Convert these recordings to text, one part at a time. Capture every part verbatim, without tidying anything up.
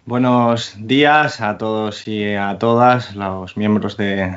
Buenos días a todos y a todas los miembros de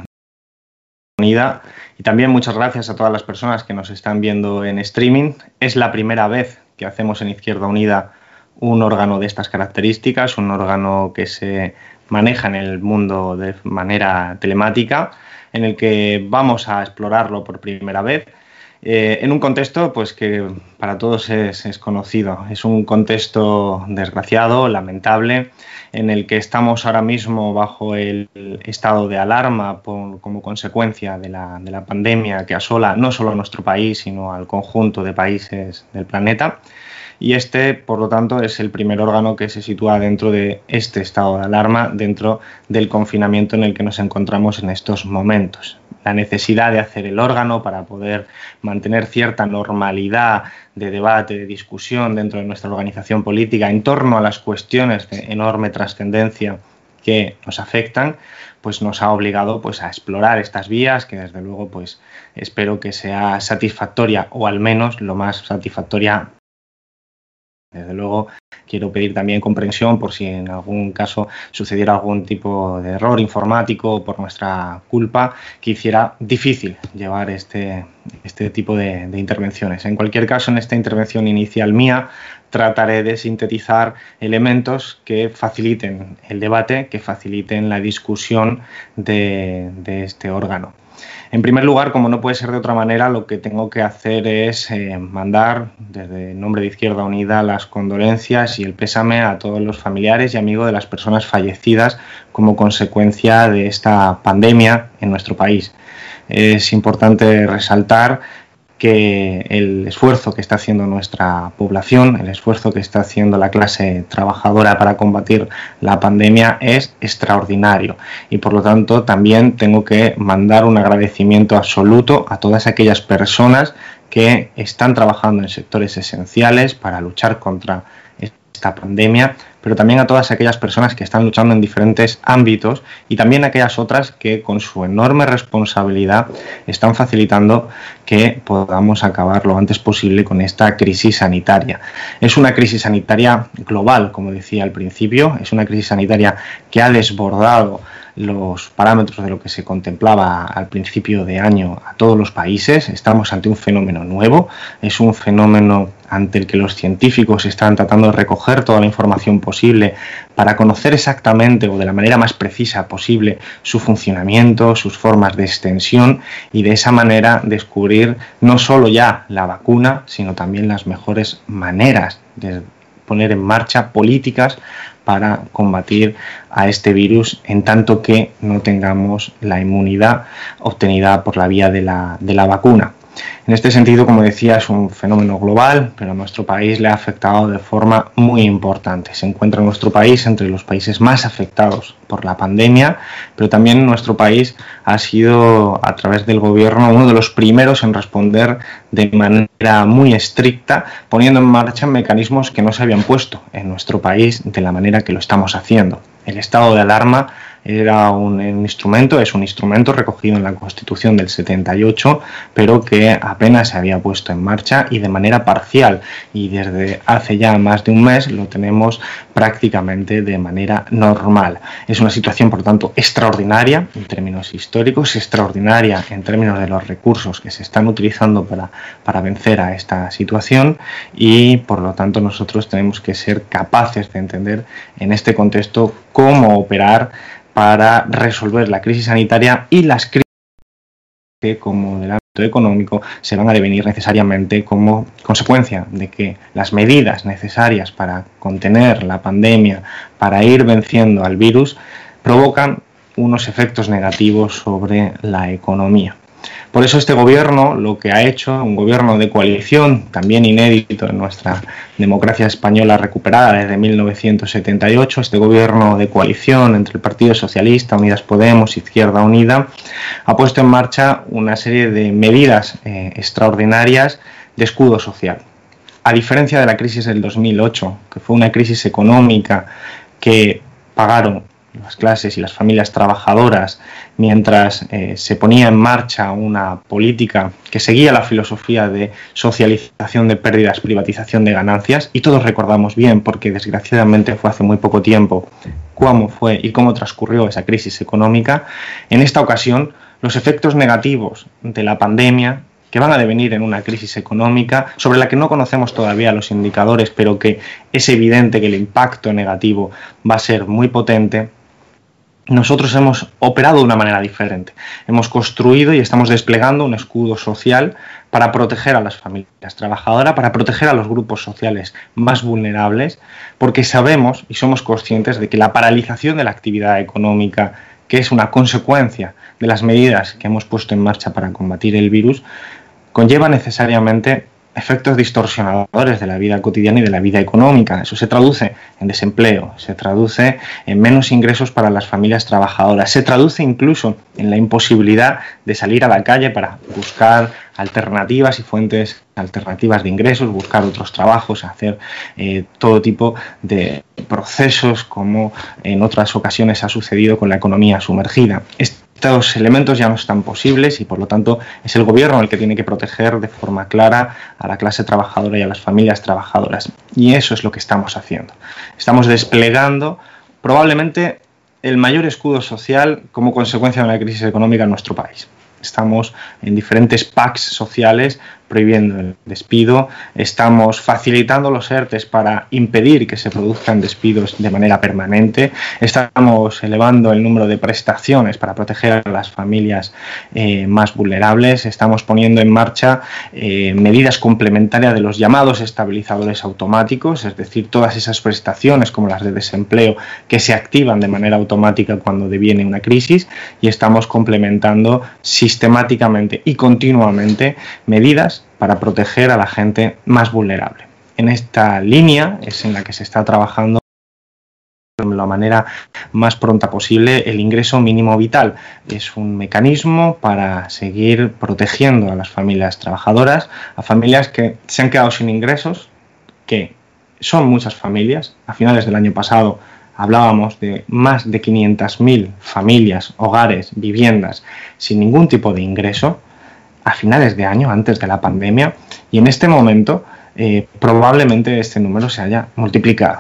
Unida y también muchas gracias a todas las personas que nos están viendo en streaming. Es la primera vez que hacemos en Izquierda Unida un órgano de estas características, un órgano que se maneja en el mundo de manera telemática, en el que vamos a explorarlo por primera vez. Eh, en un contexto pues, que para todos es, es conocido. Es un contexto desgraciado, lamentable, en el que estamos ahora mismo bajo el estado de alarma por, como consecuencia de la, de la pandemia que asola no solo a nuestro país, sino al conjunto de países del planeta. Y este, por lo tanto, es el primer órgano que se sitúa dentro de este estado de alarma, dentro del confinamiento en el que nos encontramos en estos momentos. La necesidad de hacer el órgano para poder mantener cierta normalidad de debate, de discusión dentro de nuestra organización política en torno a las cuestiones de enorme trascendencia que nos afectan, pues nos ha obligado pues, a explorar estas vías que desde luego pues, espero que sea satisfactoria o al menos lo más satisfactoria. Desde luego, quiero pedir también comprensión por si en algún caso sucediera algún tipo de error informático por nuestra culpa que hiciera difícil llevar este, este tipo de, de intervenciones. En cualquier caso, en esta intervención inicial mía, trataré de sintetizar elementos que faciliten el debate, que faciliten la discusión de, de este órgano. En primer lugar, como no puede ser de otra manera, lo que tengo que hacer es eh, mandar desde el nombre de Izquierda Unida las condolencias y el pésame a todos los familiares y amigos de las personas fallecidas como consecuencia de esta pandemia en nuestro país. Es importante resaltar que el esfuerzo que está haciendo nuestra población, el esfuerzo que está haciendo la clase trabajadora para combatir la pandemia es extraordinario y por lo tanto también tengo que mandar un agradecimiento absoluto a todas aquellas personas que están trabajando en sectores esenciales para luchar contra esta pandemia, pero también a todas aquellas personas que están luchando en diferentes ámbitos y también a aquellas otras que con su enorme responsabilidad están facilitando que podamos acabar lo antes posible con esta crisis sanitaria. Es una crisis sanitaria global, como decía al principio, es una crisis sanitaria que ha desbordado los parámetros de lo que se contemplaba al principio de año a todos los países. Estamos ante un fenómeno nuevo, es un fenómeno ante el que los científicos están tratando de recoger toda la información posible para conocer exactamente o de la manera más precisa posible su funcionamiento, sus formas de extensión y de esa manera descubrir no solo ya la vacuna, sino también las mejores maneras de poner en marcha políticas para combatir a este virus en tanto que no tengamos la inmunidad obtenida por la vía de la, de la vacuna. En este sentido, como decía, es un fenómeno global, pero a nuestro país le ha afectado de forma muy importante. Se encuentra nuestro país entre los países más afectados por la pandemia, pero también nuestro país ha sido, a través del gobierno, uno de los primeros en responder de manera muy estricta, poniendo en marcha mecanismos que no se habían puesto en nuestro país de la manera que lo estamos haciendo. El estado de alarma era un, un instrumento, es un instrumento recogido en la Constitución del setenta y ocho, pero que apenas se había puesto en marcha y de manera parcial, y desde hace ya más de un mes lo tenemos prácticamente de manera normal. Es una situación, por tanto, extraordinaria en términos históricos, extraordinaria en términos de los recursos que se están utilizando para, para vencer a esta situación y, por lo tanto, nosotros tenemos que ser capaces de entender en este contexto cómo operar para resolver la crisis sanitaria y las crisis que, como del ámbito económico, se van a devenir necesariamente como consecuencia de que las medidas necesarias para contener la pandemia, para ir venciendo al virus, provocan unos efectos negativos sobre la economía. Por eso este gobierno lo que ha hecho, un gobierno de coalición, también inédito en nuestra democracia española recuperada desde mil novecientos setenta y ocho, este gobierno de coalición entre el Partido Socialista, Unidas Podemos, Izquierda Unida, ha puesto en marcha una serie de medidas eh, extraordinarias de escudo social. A diferencia de la crisis del dos mil ocho, que fue una crisis económica que pagaron las clases y las familias trabajadoras, mientras eh, se ponía en marcha una política que seguía la filosofía de socialización de pérdidas, privatización de ganancias, y todos recordamos bien, porque desgraciadamente fue hace muy poco tiempo, cómo fue y cómo transcurrió esa crisis económica. En esta ocasión, los efectos negativos de la pandemia, que van a devenir en una crisis económica sobre la que no conocemos todavía los indicadores, pero que es evidente que el impacto negativo va a ser muy potente, nosotros hemos operado de una manera diferente. Hemos construido y estamos desplegando un escudo social para proteger a las familias trabajadoras, para proteger a los grupos sociales más vulnerables, porque sabemos y somos conscientes de que la paralización de la actividad económica, que es una consecuencia de las medidas que hemos puesto en marcha para combatir el virus, conlleva necesariamente efectos distorsionadores de la vida cotidiana y de la vida económica. Eso se traduce en desempleo, se traduce en menos ingresos para las familias trabajadoras, se traduce incluso en la imposibilidad de salir a la calle para buscar alternativas y fuentes alternativas de ingresos, buscar otros trabajos, hacer eh, todo tipo de procesos como en otras ocasiones ha sucedido con la economía sumergida. Estos elementos ya no están posibles y por lo tanto es el gobierno el que tiene que proteger de forma clara a la clase trabajadora y a las familias trabajadoras. Y eso es lo que estamos haciendo. Estamos desplegando probablemente el mayor escudo social como consecuencia de una crisis económica en nuestro país. Estamos en diferentes packs sociales prohibiendo el despido, estamos facilitando los ERTES para impedir que se produzcan despidos de manera permanente, estamos elevando el número de prestaciones para proteger a las familias eh, más vulnerables, estamos poniendo en marcha eh, medidas complementarias de los llamados estabilizadores automáticos, es decir, todas esas prestaciones como las de desempleo que se activan de manera automática cuando deviene una crisis, y estamos complementando sistemáticamente y continuamente medidas para proteger a la gente más vulnerable. En esta línea es en la que se está trabajando de la manera más pronta posible el ingreso mínimo vital. Es un mecanismo para seguir protegiendo a las familias trabajadoras, a familias que se han quedado sin ingresos, que son muchas familias. A finales del año pasado hablábamos de más de quinientas mil familias, hogares, viviendas sin ningún tipo de ingreso a finales de año, antes de la pandemia, y en este momento eh, probablemente este número se haya multiplicado.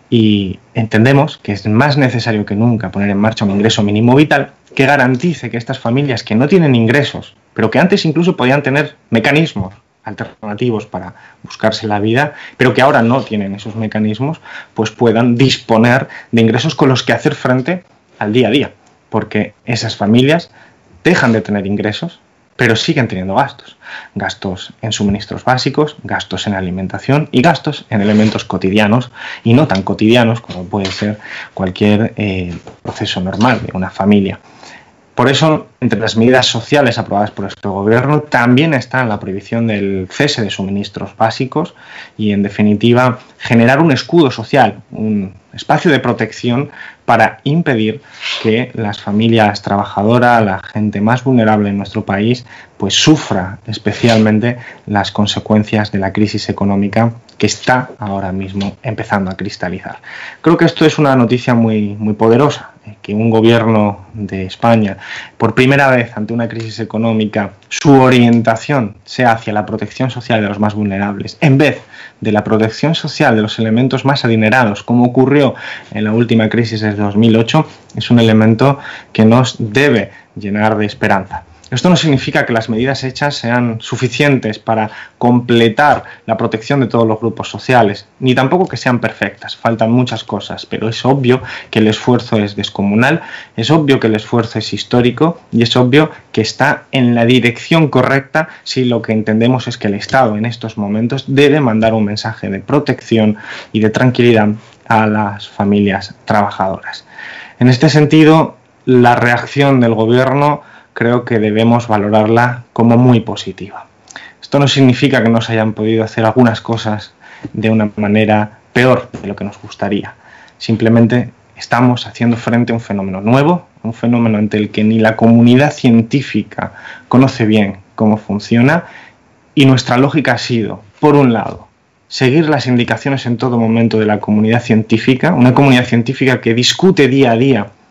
Y entendemos que es más necesario que nunca poner en marcha un ingreso mínimo vital que garantice que estas familias que no tienen ingresos, pero que antes incluso podían tener mecanismos alternativos para buscarse la vida, pero que ahora no tienen esos mecanismos, pues puedan disponer de ingresos con los que hacer frente al día a día, porque esas familias dejan de tener ingresos, pero siguen teniendo gastos. Gastos en suministros básicos, gastos en alimentación y gastos en elementos cotidianos y no tan cotidianos como puede ser cualquier eh, proceso normal de una familia. Por eso, entre las medidas sociales aprobadas por este gobierno también está la prohibición del cese de suministros básicos y, en definitiva, generar un escudo social, un espacio de protección para impedir que las familias trabajadoras, la gente más vulnerable en nuestro país, pues sufra especialmente las consecuencias de la crisis económica que está ahora mismo empezando a cristalizar. Creo que esto es una noticia muy, muy poderosa, que un gobierno de España, por primera vez ante una crisis económica, su orientación sea hacia la protección social de los más vulnerables, en vez de la protección social de los elementos más adinerados, como ocurrió en la última crisis de dos mil ocho, es un elemento que nos debe llenar de esperanza. Esto no significa que las medidas hechas sean suficientes para completar la protección de todos los grupos sociales, ni tampoco que sean perfectas, faltan muchas cosas, pero es obvio que el esfuerzo es descomunal, es obvio que el esfuerzo es histórico y es obvio que está en la dirección correcta si lo que entendemos es que el Estado en estos momentos debe mandar un mensaje de protección y de tranquilidad a las familias trabajadoras. En este sentido, la reacción del gobierno creo que debemos valorarla como muy positiva. Esto no significa que no se hayan podido hacer algunas cosas de una manera peor de lo que nos gustaría. Simplemente estamos haciendo frente a un fenómeno nuevo, un fenómeno ante el que ni la comunidad científica conoce bien cómo funciona, y nuestra lógica ha sido, por un lado, seguir las indicaciones en todo momento de la comunidad científica, una comunidad científica que discute día a día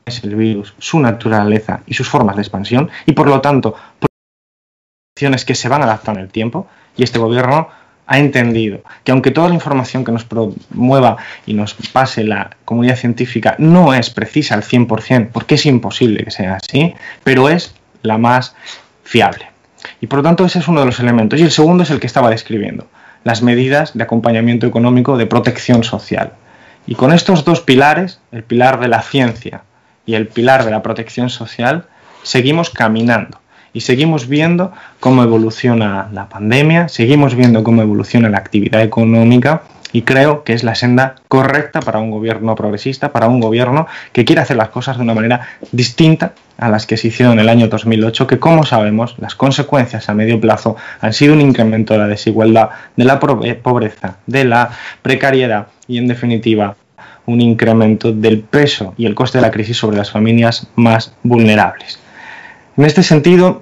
es el virus, su naturaleza y sus formas de expansión, y por lo tanto, acciones que se van a adaptar en el tiempo, y este gobierno ha entendido que aunque toda la información que nos promueva y nos pase la comunidad científica no es precisa al cien por cien, porque es imposible que sea así, pero es la más fiable. Y por lo tanto ese es uno de los elementos. Y el segundo es el que estaba describiendo, las medidas de acompañamiento económico de protección social. Y con estos dos pilares, el pilar de la ciencia y el pilar de la protección social, seguimos caminando. Y seguimos viendo cómo evoluciona la pandemia, seguimos viendo cómo evoluciona la actividad económica y creo que es la senda correcta para un gobierno progresista, para un gobierno que quiere hacer las cosas de una manera distinta a las que se hicieron en el año dos mil ocho, que como sabemos las consecuencias a medio plazo han sido un incremento de la desigualdad, de la pobreza, de la precariedad y en definitiva un incremento del peso y el coste de la crisis sobre las familias más vulnerables. En este sentido,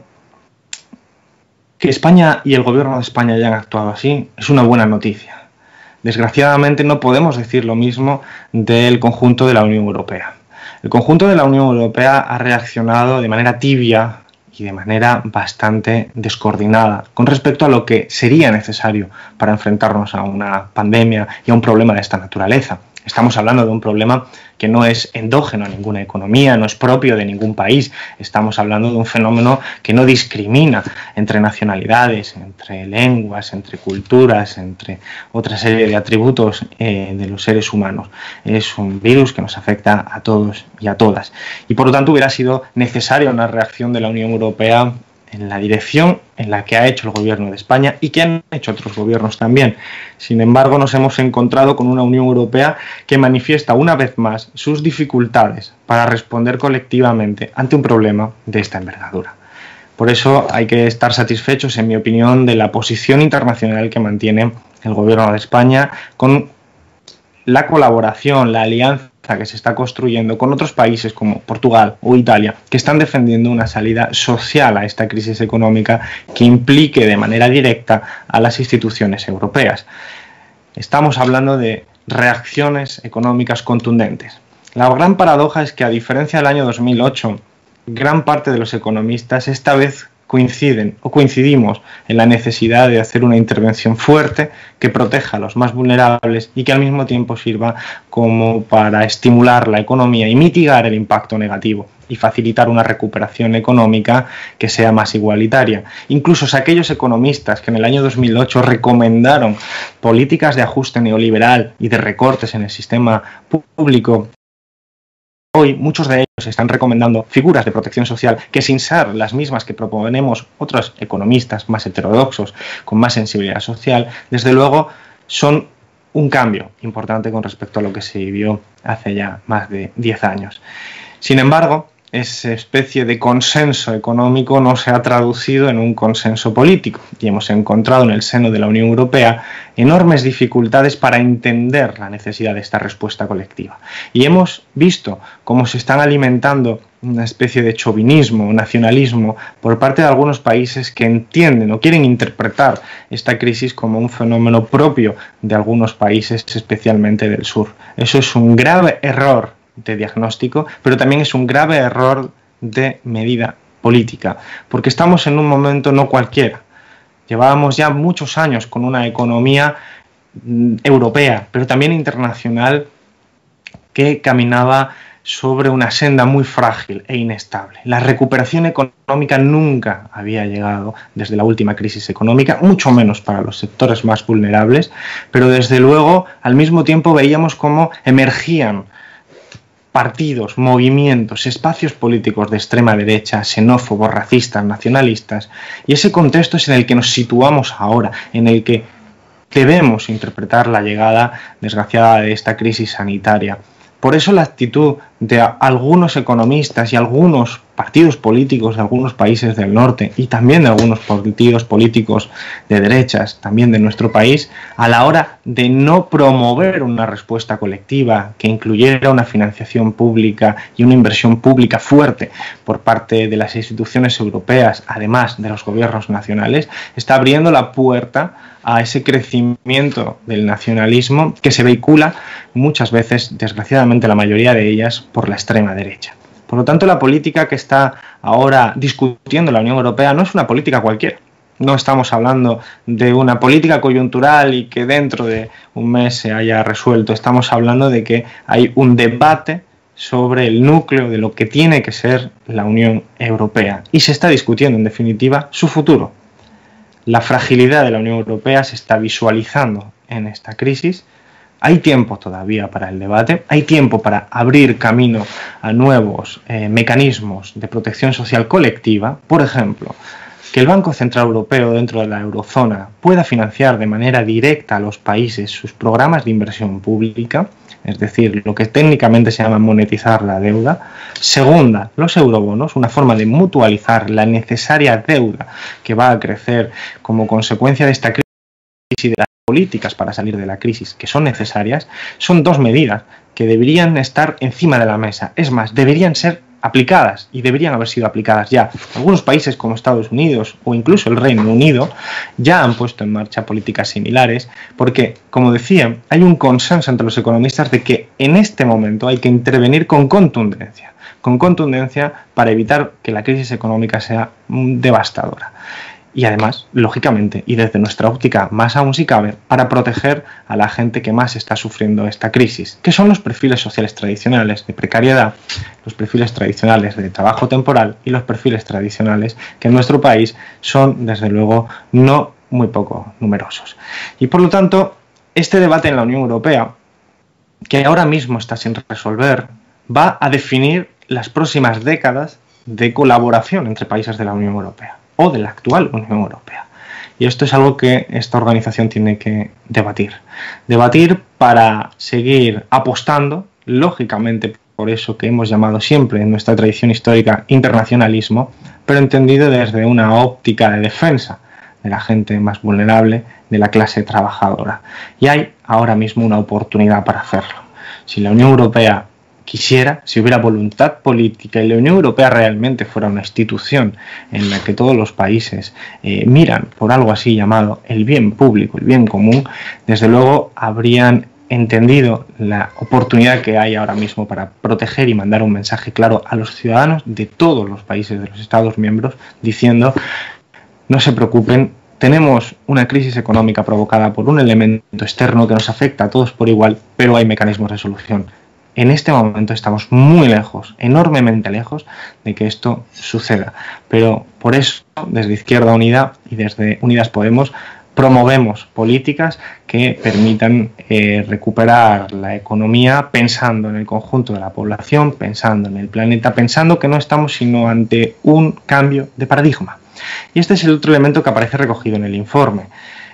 que España y el gobierno de España hayan actuado así es una buena noticia. Desgraciadamente no podemos decir lo mismo del conjunto de la Unión Europea. El conjunto de la Unión Europea ha reaccionado de manera tibia y de manera bastante descoordinada con respecto a lo que sería necesario para enfrentarnos a una pandemia y a un problema de esta naturaleza. Estamos hablando de un problema que no es endógeno a ninguna economía, no es propio de ningún país. Estamos hablando de un fenómeno que no discrimina entre nacionalidades, entre lenguas, entre culturas, entre otra serie de atributos eh, de los seres humanos. Es un virus que nos afecta a todos y a todas. Y por lo tanto hubiera sido necesaria una reacción de la Unión Europea en la dirección en la que ha hecho el gobierno de España y que han hecho otros gobiernos también. Sin embargo, nos hemos encontrado con una Unión Europea que manifiesta una vez más sus dificultades para responder colectivamente ante un problema de esta envergadura. Por eso hay que estar satisfechos, en mi opinión, de la posición internacional que mantiene el gobierno de España con la colaboración, la alianza que se está construyendo con otros países como Portugal o Italia, que están defendiendo una salida social a esta crisis económica que implique de manera directa a las instituciones europeas. Estamos hablando de reacciones económicas contundentes. La gran paradoja es que, a diferencia del año dos mil ocho, gran parte de los economistas esta vez coinciden o coincidimos en la necesidad de hacer una intervención fuerte que proteja a los más vulnerables y que al mismo tiempo sirva como para estimular la economía y mitigar el impacto negativo y facilitar una recuperación económica que sea más igualitaria. Incluso aquellos economistas que en el año dos mil ocho recomendaron políticas de ajuste neoliberal y de recortes en el sistema público, hoy muchos de ellos están recomendando figuras de protección social que, sin ser las mismas que proponemos otros economistas más heterodoxos, con más sensibilidad social, desde luego son un cambio importante con respecto a lo que se vivió hace ya más de diez años. Sin embargo, esa especie de consenso económico no se ha traducido en un consenso político y hemos encontrado en el seno de la Unión Europea enormes dificultades para entender la necesidad de esta respuesta colectiva. Y hemos visto cómo se están alimentando una especie de chauvinismo, nacionalismo, por parte de algunos países que entienden o quieren interpretar esta crisis como un fenómeno propio de algunos países, especialmente del sur. Eso es un grave error de diagnóstico, pero también es un grave error de medida política, porque estamos en un momento no cualquiera. Llevábamos ya muchos años con una economía europea, pero también internacional, que caminaba sobre una senda muy frágil e inestable. La recuperación económica nunca había llegado desde la última crisis económica, mucho menos para los sectores más vulnerables, pero desde luego al mismo tiempo veíamos cómo emergían partidos, movimientos, espacios políticos de extrema derecha, xenófobos, racistas, nacionalistas, y ese contexto es en el que nos situamos ahora, en el que debemos interpretar la llegada desgraciada de esta crisis sanitaria. Por eso la actitud de algunos economistas y algunos partidos políticos de algunos países del norte y también de algunos partidos políticos de derechas, también de nuestro país, a la hora de no promover una respuesta colectiva que incluyera una financiación pública y una inversión pública fuerte por parte de las instituciones europeas, además de los gobiernos nacionales, está abriendo la puerta a ese crecimiento del nacionalismo que se vehicula muchas veces, desgraciadamente la mayoría de ellas, por la extrema derecha. Por lo tanto, la política que está ahora discutiendo la Unión Europea no es una política cualquiera. No estamos hablando de una política coyuntural y que dentro de un mes se haya resuelto. Estamos hablando de que hay un debate sobre el núcleo de lo que tiene que ser la Unión Europea. Y se está discutiendo, en definitiva, su futuro. La fragilidad de la Unión Europea se está visualizando en esta crisis. Hay tiempo todavía para el debate, hay tiempo para abrir camino a nuevos eh, mecanismos de protección social colectiva. Por ejemplo, que el Banco Central Europeo dentro de la eurozona pueda financiar de manera directa a los países sus programas de inversión pública, es decir, lo que técnicamente se llama monetizar la deuda. Segunda, los eurobonos, una forma de mutualizar la necesaria deuda que va a crecer como consecuencia de esta crisis y de las políticas para salir de la crisis que son necesarias. Son dos medidas que deberían estar encima de la mesa. Es más, deberían ser aplicadas y deberían haber sido aplicadas ya. Algunos países como Estados Unidos o incluso el Reino Unido ya han puesto en marcha políticas similares porque, como decía, hay un consenso entre los economistas de que en este momento hay que intervenir con contundencia, con contundencia para evitar que la crisis económica sea devastadora. Y además, lógicamente, y desde nuestra óptica más aún si cabe, para proteger a la gente que más está sufriendo esta crisis, que son los perfiles sociales tradicionales de precariedad, los perfiles tradicionales de trabajo temporal y los perfiles tradicionales que en nuestro país son, desde luego, no muy poco numerosos. Y por lo tanto, este debate en la Unión Europea, que ahora mismo está sin resolver, va a definir las próximas décadas de colaboración entre países de la Unión Europea o de la actual Unión Europea. Y esto es algo que esta organización tiene que debatir. Debatir para seguir apostando, lógicamente, por eso que hemos llamado siempre en nuestra tradición histórica internacionalismo, pero entendido desde una óptica de defensa de la gente más vulnerable, de la clase trabajadora. Y hay ahora mismo una oportunidad para hacerlo. Si la Unión Europea quisiera, si hubiera voluntad política y la Unión Europea realmente fuera una institución en la que todos los países eh, miran por algo así llamado el bien público, el bien común, desde luego habrían entendido la oportunidad que hay ahora mismo para proteger y mandar un mensaje claro a los ciudadanos de todos los países de los Estados miembros diciendo: no se preocupen, tenemos una crisis económica provocada por un elemento externo que nos afecta a todos por igual, pero hay mecanismos de solución. En este momento estamos muy lejos, enormemente lejos de que esto suceda. Pero por eso, desde Izquierda Unida y desde Unidas Podemos, promovemos políticas que permitan eh, recuperar la economía pensando en el conjunto de la población, pensando en el planeta, pensando que no estamos sino ante un cambio de paradigma. Y este es el otro elemento que aparece recogido en el informe.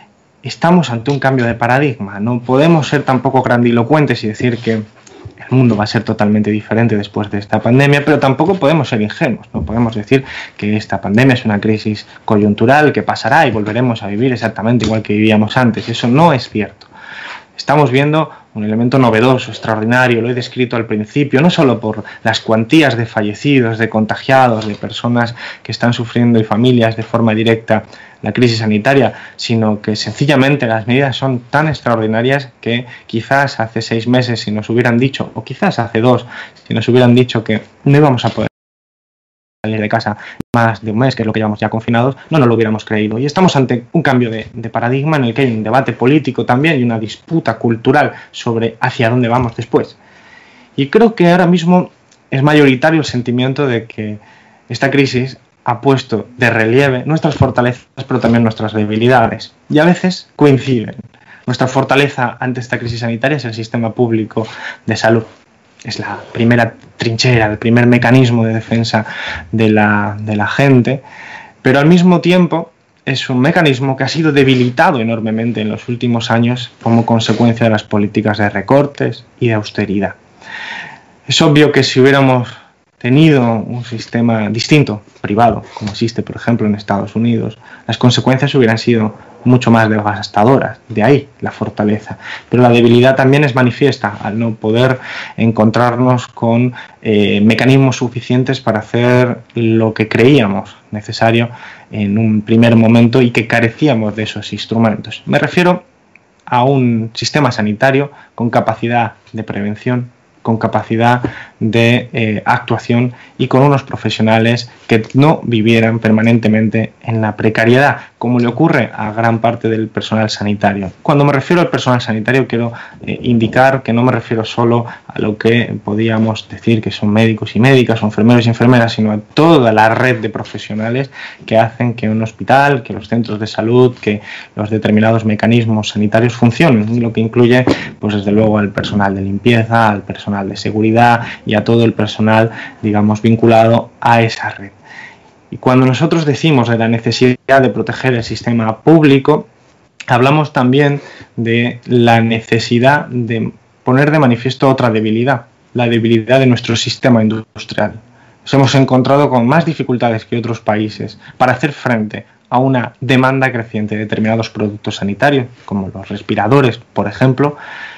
Estamos ante un cambio de paradigma. No podemos ser tampoco grandilocuentes y decir que el mundo va a ser totalmente diferente después de esta pandemia, pero tampoco podemos ser ingenuos. No podemos decir que esta pandemia es una crisis coyuntural que pasará y volveremos a vivir exactamente igual que vivíamos antes. Eso no es cierto. Estamos viendo un elemento novedoso, extraordinario, lo he descrito al principio, no solo por las cuantías de fallecidos, de contagiados, de personas que están sufriendo y familias de forma directa la crisis sanitaria, sino que sencillamente las medidas son tan extraordinarias que quizás hace seis meses si nos hubieran dicho, o quizás hace dos, si nos hubieran dicho que no íbamos a poder salir de casa más de un mes, que es lo que llevamos ya confinados, no nos lo hubiéramos creído. Y estamos ante un cambio de, de paradigma en el que hay un debate político también y una disputa cultural sobre hacia dónde vamos después. Y creo que ahora mismo es mayoritario el sentimiento de que esta crisis ha puesto de relieve nuestras fortalezas, pero también nuestras debilidades. Y a veces coinciden. Nuestra fortaleza ante esta crisis sanitaria es el sistema público de salud. Es la primera trinchera, el primer mecanismo de defensa de la, de la gente, pero al mismo tiempo es un mecanismo que ha sido debilitado enormemente en los últimos años como consecuencia de las políticas de recortes y de austeridad. Es obvio que si hubiéramos tenido un sistema distinto, privado, como existe por ejemplo en Estados Unidos, las consecuencias hubieran sido mucho más devastadoras, de ahí la fortaleza. Pero la debilidad también es manifiesta al no poder encontrarnos con eh, mecanismos suficientes para hacer lo que creíamos necesario en un primer momento y que carecíamos de esos instrumentos. Me refiero a un sistema sanitario con capacidad de prevención, con capacidad de eh, actuación y con unos profesionales que no vivieran permanentemente en la precariedad, como le ocurre a gran parte del personal sanitario. Cuando me refiero al personal sanitario quiero eh, indicar que no me refiero solo a lo que podríamos decir que son médicos y médicas o enfermeros y enfermeras, sino a toda la red de profesionales que hacen que un hospital, que los centros de salud, que los determinados mecanismos sanitarios funcionen, lo que incluye, pues desde luego, al personal de limpieza, al personal de seguridad y a todo el personal, digamos, vinculado a esa red. Y cuando nosotros decimos de la necesidad de proteger el sistema público, hablamos también de la necesidad de poner de manifiesto otra debilidad, la debilidad de nuestro sistema industrial. Nos hemos encontrado con más dificultades que otros países para hacer frente a una demanda creciente de determinados productos sanitarios, como los respiradores, por ejemplo,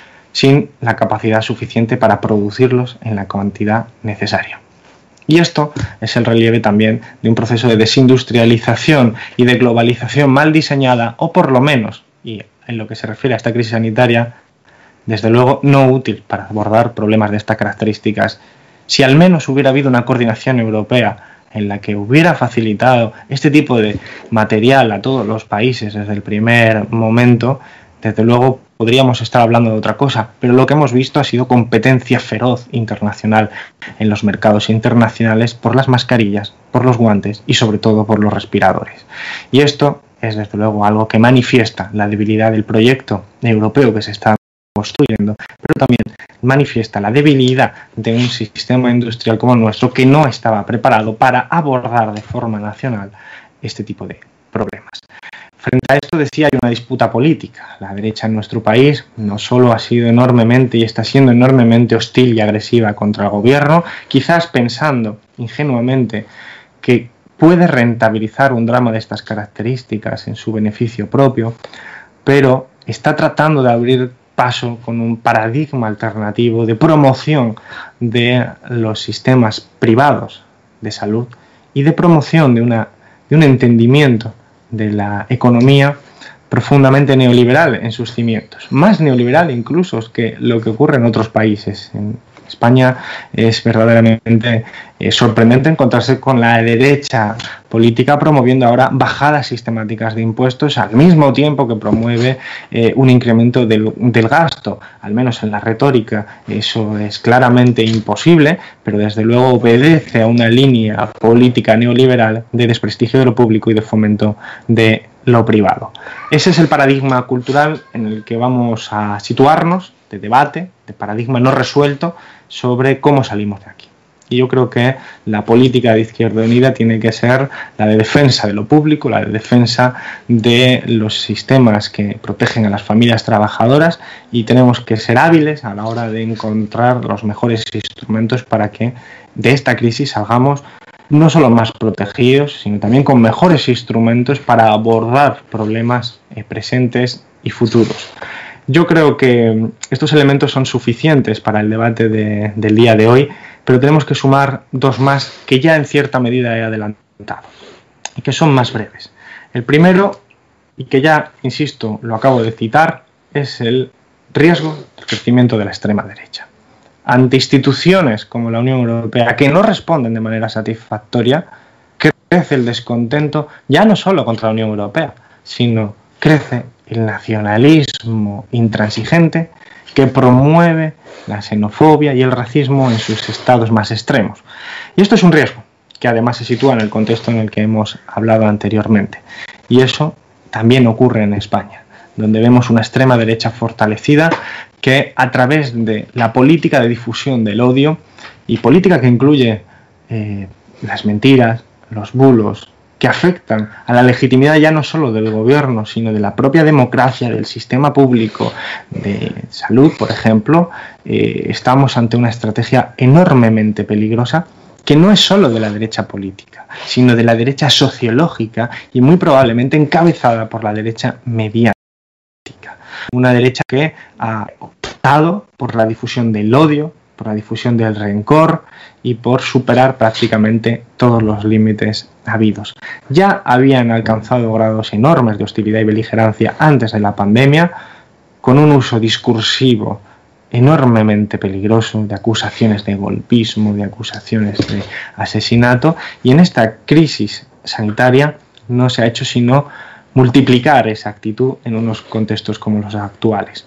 sin la capacidad suficiente para producirlos en la cantidad necesaria. Y esto es el relieve también de un proceso de desindustrialización y de globalización mal diseñada, o por lo menos, y en lo que se refiere a esta crisis sanitaria, desde luego no útil para abordar problemas de estas características. Si al menos hubiera habido una coordinación europea en la que hubiera facilitado este tipo de material a todos los países desde el primer momento, desde luego podríamos estar hablando de otra cosa, pero lo que hemos visto ha sido competencia feroz internacional en los mercados internacionales por las mascarillas, por los guantes y sobre todo por los respiradores. Y esto es desde luego algo que manifiesta la debilidad del proyecto europeo que se está construyendo, pero también manifiesta la debilidad de un sistema industrial como el nuestro que no estaba preparado para abordar de forma nacional este tipo de problemas. Frente a esto, decía, hay una disputa política. La derecha en nuestro país no solo ha sido enormemente y está siendo enormemente hostil y agresiva contra el gobierno, quizás pensando ingenuamente que puede rentabilizar un drama de estas características en su beneficio propio, pero está tratando de abrir paso con un paradigma alternativo de promoción de los sistemas privados de salud y de promoción de, una, de un entendimiento de la economía profundamente neoliberal en sus cimientos, más neoliberal incluso que lo que ocurre en otros países. En España es verdaderamente eh, sorprendente encontrarse con la derecha política promoviendo ahora bajadas sistemáticas de impuestos al mismo tiempo que promueve eh, un incremento del, del gasto, al menos en la retórica. Eso es claramente imposible, pero desde luego obedece a una línea política neoliberal de desprestigio de lo público y de fomento de lo privado. Ese es el paradigma cultural en el que vamos a situarnos, de debate, de paradigma no resuelto sobre cómo salimos de aquí. Y yo creo que la política de Izquierda Unida tiene que ser la de defensa de lo público, la de defensa de los sistemas que protegen a las familias trabajadoras, y tenemos que ser hábiles a la hora de encontrar los mejores instrumentos para que de esta crisis salgamos no solo más protegidos, sino también con mejores instrumentos para abordar problemas eh, presentes y futuros. Yo creo que estos elementos son suficientes para el debate de, del día de hoy, pero tenemos que sumar dos más que ya en cierta medida he adelantado y que son más breves. El primero, y que ya, insisto, lo acabo de citar, es el riesgo del crecimiento de la extrema derecha. Ante instituciones como la Unión Europea que no responden de manera satisfactoria, crece el descontento ya no solo contra la Unión Europea, sino crece el nacionalismo intransigente que promueve la xenofobia y el racismo en sus estados más extremos. Y esto es un riesgo que además se sitúa en el contexto en el que hemos hablado anteriormente. Y eso también ocurre en España, donde vemos una extrema derecha fortalecida que a través de la política de difusión del odio y política que incluye eh, las mentiras, los bulos, que afectan a la legitimidad ya no solo del gobierno, sino de la propia democracia, del sistema público de salud, por ejemplo, eh, estamos ante una estrategia enormemente peligrosa que no es solo de la derecha política, sino de la derecha sociológica y muy probablemente encabezada por la derecha mediática. Una derecha que ha optado por la difusión del odio, por la difusión del rencor y por superar prácticamente todos los límites habidos. Ya habían alcanzado grados enormes de hostilidad y beligerancia antes de la pandemia, con un uso discursivo enormemente peligroso, de acusaciones de golpismo, de acusaciones de asesinato, y en esta crisis sanitaria no se ha hecho sino multiplicar esa actitud en unos contextos como los actuales.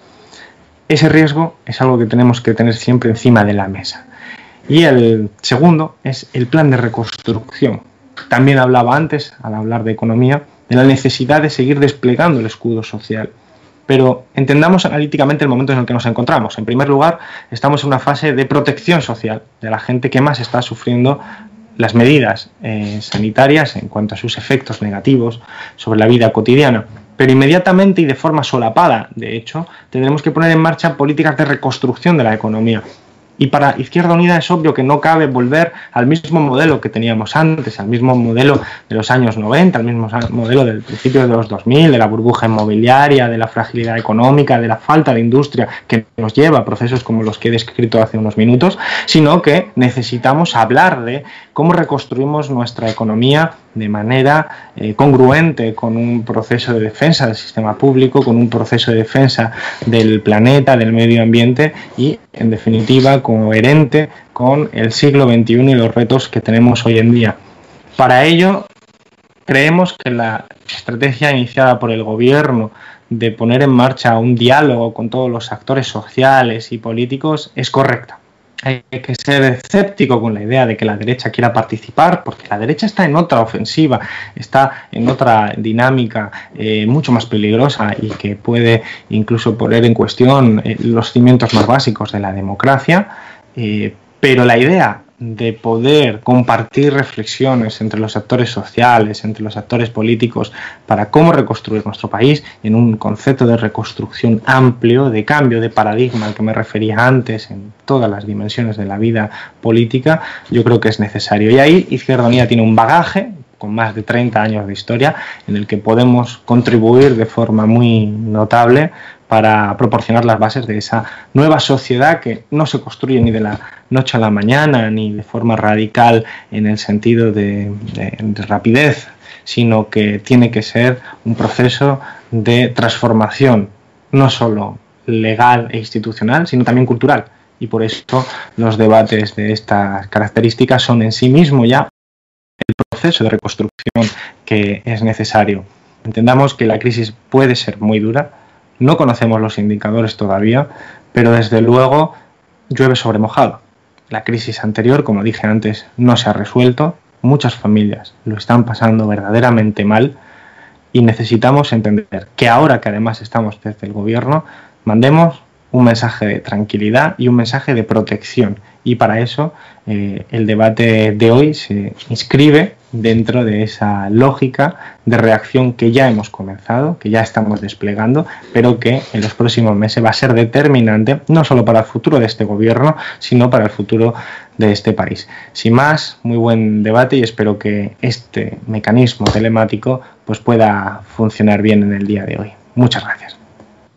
Ese riesgo es algo que tenemos que tener siempre encima de la mesa. Y el segundo es el plan de reconstrucción. También hablaba antes, al hablar de economía, de la necesidad de seguir desplegando el escudo social. Pero entendamos analíticamente el momento en el que nos encontramos. En primer lugar, estamos en una fase de protección social de la gente que más está sufriendo las medidas eh, sanitarias en cuanto a sus efectos negativos sobre la vida cotidiana. Pero inmediatamente y de forma solapada, de hecho, tendremos que poner en marcha políticas de reconstrucción de la economía. Y para Izquierda Unida es obvio que no cabe volver al mismo modelo que teníamos antes, al mismo modelo de los años noventa, al mismo modelo del principio de los dos mil, de la burbuja inmobiliaria, de la fragilidad económica, de la falta de industria que nos lleva a procesos como los que he descrito hace unos minutos, sino que necesitamos hablar de cómo reconstruimos nuestra economía de manera eh, congruente con un proceso de defensa del sistema público, con un proceso de defensa del planeta, del medio ambiente y, en definitiva, coherente con el siglo veintiuno y los retos que tenemos hoy en día. Para ello, creemos que la estrategia iniciada por el Gobierno de poner en marcha un diálogo con todos los actores sociales y políticos es correcta. Hay que ser escéptico con la idea de que la derecha quiera participar, porque la derecha está en otra ofensiva, está en otra dinámica eh, mucho más peligrosa y que puede incluso poner en cuestión eh, los cimientos más básicos de la democracia, eh, pero la idea de poder compartir reflexiones entre los actores sociales, entre los actores políticos, para cómo reconstruir nuestro país en un concepto de reconstrucción amplio, de cambio de paradigma al que me refería antes en todas las dimensiones de la vida política, yo creo que es necesario. Y ahí Izquierda Unida tiene un bagaje con más de treinta años de historia en el que podemos contribuir de forma muy notable para proporcionar las bases de esa nueva sociedad que no se construye ni de la noche a la mañana ni de forma radical en el sentido de, de, de rapidez, sino que tiene que ser un proceso de transformación, no solo legal e institucional, sino también cultural. Y por eso los debates de estas características son en sí mismo ya el proceso de reconstrucción que es necesario. Entendamos que la crisis puede ser muy dura, no conocemos los indicadores todavía, pero desde luego llueve sobre mojado. La crisis anterior, como dije antes, no se ha resuelto, muchas familias lo están pasando verdaderamente mal y necesitamos entender que ahora que además estamos desde el Gobierno, mandemos un mensaje de tranquilidad y un mensaje de protección. Y para eso eh, el debate de hoy se inscribe dentro de esa lógica de reacción que ya hemos comenzado, que ya estamos desplegando, pero que en los próximos meses va a ser determinante, no solo para el futuro de este Gobierno, sino para el futuro de este país. Sin más, muy buen debate y espero que este mecanismo telemático pues, pueda funcionar bien en el día de hoy. Muchas gracias.